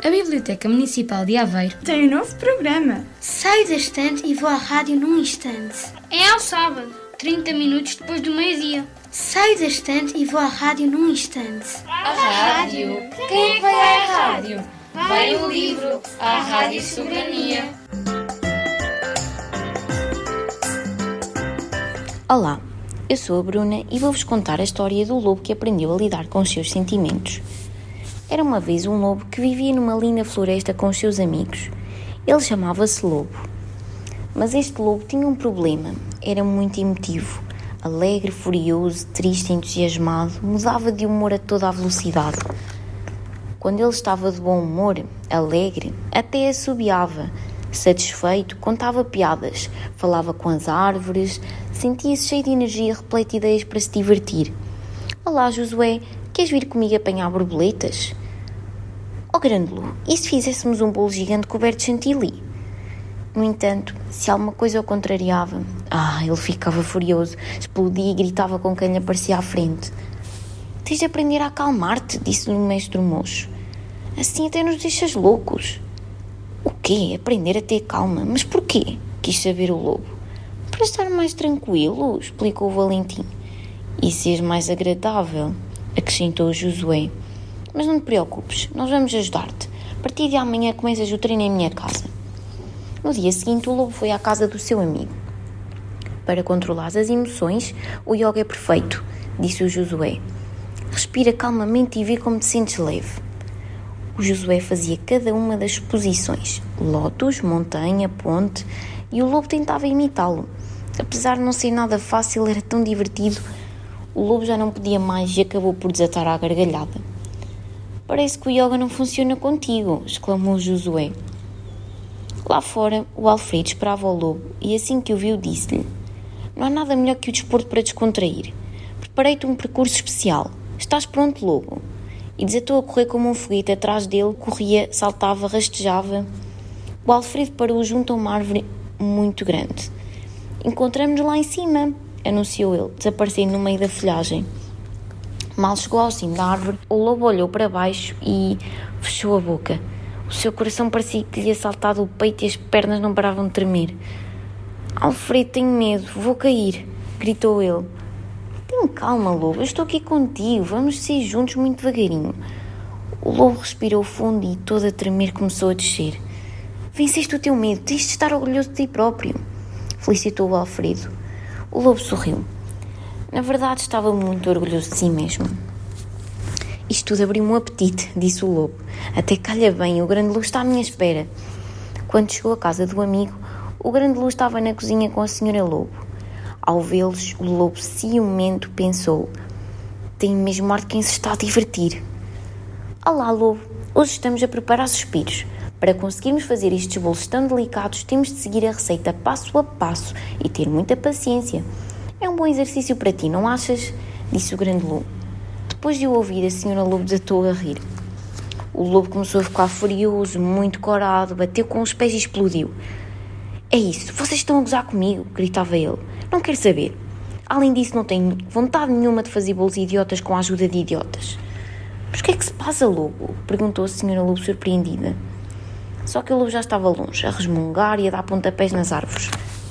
A Biblioteca Municipal de Aveiro tem um novo programa. Saio da estante e vou à rádio num instante. É ao sábado, 30 minutos depois do meio-dia. Saio da estante e vou à rádio num instante. À rádio? Quem é que vai à rádio? Vai o livro, à Rádio Soberania. Olá, eu sou a Bruna e vou-vos contar a história do lobo que aprendeu a lidar com os seus sentimentos. Era uma vez um lobo que vivia numa linda floresta com os seus amigos. Ele chamava-se Lobo. Mas este lobo tinha um problema. Era muito emotivo. Alegre, furioso, triste, entusiasmado, mudava de humor a toda a velocidade. Quando ele estava de bom humor, alegre, até assobiava. Satisfeito, contava piadas, falava com as árvores, sentia-se cheio de energia, repleto de ideias para se divertir. Olá, Josué, queres vir comigo apanhar borboletas? Oh, grande Lu, e se fizéssemos um bolo gigante coberto de chantilly? No entanto, se alguma coisa o contrariava, ele ficava furioso, explodia e gritava com quem lhe aparecia à frente. Tens de aprender a acalmar-te, disse-lhe o mestre moço. Assim até nos deixas loucos. O quê? Aprender a ter calma? Mas porquê? Quis saber o lobo. Para estar mais tranquilo, explicou o Valentim. E seres mais agradável, acrescentou Josué. Mas não te preocupes, nós vamos ajudar-te. A partir de amanhã começas o treino em minha casa. No dia seguinte, o lobo foi à casa do seu amigo. Para controlar as emoções, o yoga é perfeito, disse o Josué. Respira calmamente e vê como te sentes leve. O Josué fazia cada uma das posições, lótus, montanha, ponte, e o lobo tentava imitá-lo. Apesar de não ser nada fácil, era tão divertido. O lobo já não podia mais e acabou por desatar à gargalhada. Parece que o yoga não funciona contigo, exclamou Josué. Lá fora, o Alfredo esperava o lobo e assim que o viu disse-lhe: não há nada melhor que o desporto para descontrair. Preparei-te um percurso especial. Estás pronto, lobo? E desatou a correr como um foguete. Atrás dele corria, saltava, rastejava. O Alfredo parou junto a uma árvore muito grande. Encontramos-nos lá em cima, anunciou ele, desaparecendo no meio da folhagem. Mal chegou ao cimo da árvore, o lobo olhou para baixo e fechou a boca. O seu coração parecia que lhe ia saltar do peito e as pernas não paravam de tremer. Alfredo, tenho medo, vou cair, gritou ele. Tem calma, lobo, eu estou aqui contigo, vamos ser juntos muito devagarinho. O lobo respirou fundo e, todo a tremer, começou a descer. Venceste o teu medo, tens de estar orgulhoso de ti próprio, felicitou o Alfredo. O lobo sorriu. Na verdade, estava muito orgulhoso de si mesmo. Isto tudo abriu-me um apetite, disse o lobo. Até calha bem, o grande Lu está à minha espera. Quando chegou à casa do amigo, o grande Lu estava na cozinha com a senhora Lobo. Ao vê-los, o lobo ciumento pensou: tem mesmo ar de quem se está a divertir. Olá, lobo, hoje estamos a preparar suspiros. Para conseguirmos fazer estes bolos tão delicados, temos de seguir a receita passo a passo e ter muita paciência. É um bom exercício para ti, não achas? Disse o grande lobo. Depois de o ouvir, a senhora Lobo desatou a rir. O lobo começou a ficar furioso, muito corado, bateu com os pés e explodiu. É isso, vocês estão a gozar comigo, gritava ele. Não quero saber. Além disso, não tenho vontade nenhuma de fazer bolos idiotas com a ajuda de idiotas. Mas o que é que se passa, lobo? Perguntou a senhora Lobo surpreendida. Só que o lobo já estava longe, a resmungar e a dar pontapés nas árvores.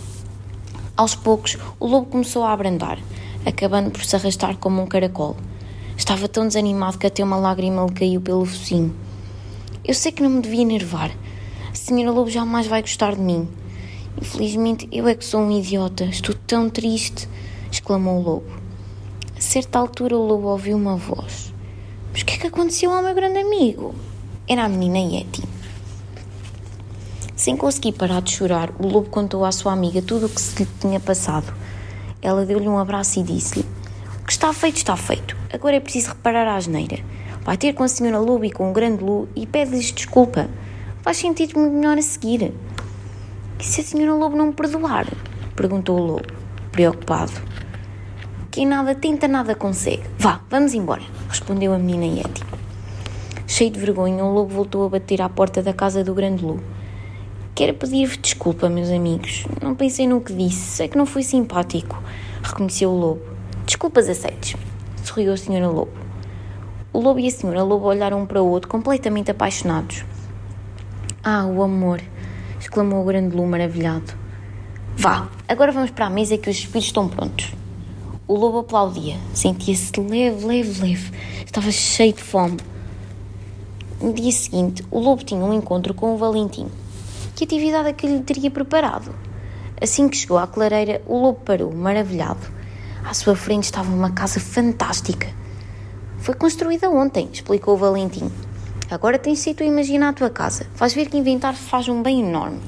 Aos poucos, o lobo começou a abrandar, acabando por se arrastar como um caracol. Estava tão desanimado que até uma lágrima lhe caiu pelo focinho. Eu sei que não me devia enervar. A senhora Lobo jamais vai gostar de mim. Infelizmente, eu é que sou um idiota. Estou tão triste, exclamou o lobo. A certa altura, o lobo ouviu uma voz. Mas o que é que aconteceu ao meu grande amigo? Era a menina Yeti. Sem conseguir parar de chorar, o lobo contou à sua amiga tudo o que se lhe tinha passado. Ela deu-lhe um abraço e disse-lhe: o que está feito, está feito. Agora é preciso reparar a asneira. Vai ter com a senhora Lobo e com o grande Lu e pede-lhes desculpa. Vais sentir-te muito melhor a seguir. E se a senhora Lobo não me perdoar? Perguntou o lobo, preocupado. Quem nada tenta, nada consegue. Vá, vamos embora, respondeu a menina Yeti. Cheio de vergonha, o lobo voltou a bater à porta da casa do grande Lu. Quero pedir-vos desculpa, meus amigos. Não pensei no que disse. Sei que não fui simpático, reconheceu o lobo. Desculpas aceites, sorriu a senhora Lobo. O lobo e a senhora Lobo olharam um para o outro completamente apaixonados. Ah, o amor! Exclamou o Grande-Lobo maravilhado. Vá, agora vamos para a mesa que os espíritos estão prontos. O lobo aplaudia, sentia-se leve. Estava cheio de fome. No dia seguinte, o lobo tinha um encontro com o Valentim. Que atividade é que lhe teria preparado? Assim que chegou à clareira, o lobo parou, maravilhado. À sua frente estava uma casa fantástica. Foi construída ontem, explicou o Valentim. Agora tens sido a imaginar a tua casa. Vais ver que inventar faz um bem enorme.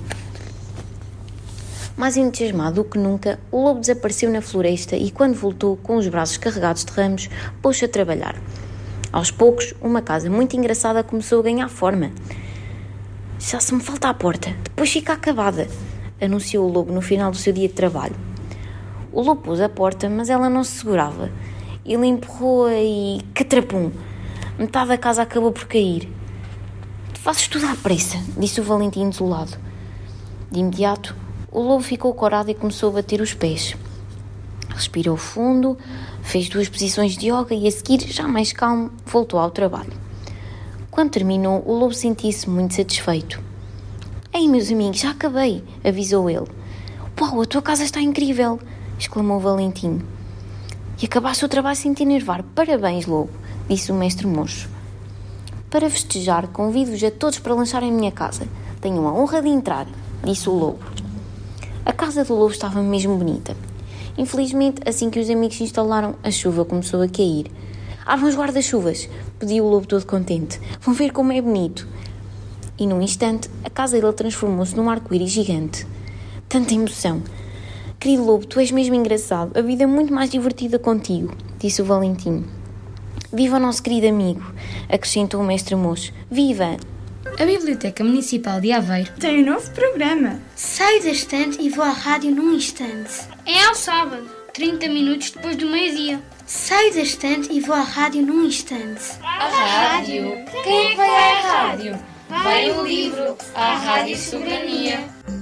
Mais entusiasmado do que nunca, o lobo desapareceu na floresta e, quando voltou, com os braços carregados de ramos, pôs-se a trabalhar. Aos poucos, uma casa muito engraçada começou a ganhar forma. Já se me falta a porta, depois fica acabada, anunciou o lobo no final do seu dia de trabalho. O lobo pôs a porta, mas ela não se segurava. Ele empurrou-a e... catrapum! Metade da casa acabou por cair. Tu fazes tudo à pressa, disse o Valentim desolado. De imediato, o lobo ficou corado e começou a bater os pés. Respirou fundo, fez 2 posições de yoga e a seguir, já mais calmo, voltou ao trabalho. Quando terminou, o lobo sentia-se muito satisfeito. Ei, meus amigos, já acabei, avisou ele. Uau, a tua casa está incrível, exclamou o Valentim. E acabaste o trabalho sem te enervar. Parabéns, lobo, disse o mestre mocho. Para festejar, convido-vos a todos para lanchar em minha casa. Tenho a honra de entrar, disse o lobo. A casa do lobo estava mesmo bonita. Infelizmente, assim que os amigos se instalaram, a chuva começou a cair. Abram os guarda-chuvas, pediu o lobo todo contente. Vão ver como é bonito. E num instante, a casa dele transformou-se num arco-íris gigante. Tanta emoção. Querido lobo, tu és mesmo engraçado. A vida é muito mais divertida contigo, disse o Valentim. Viva o nosso querido amigo, acrescentou o mestre mocho. Viva! A Biblioteca Municipal de Aveiro tem um novo programa. Saio da estante e vou à rádio num instante. É ao sábado, 30 minutos depois do meio-dia. Saio da estante e vou à rádio num instante. À rádio? Quem é que vai à rádio? Vai o livro, à Rádio Soberania.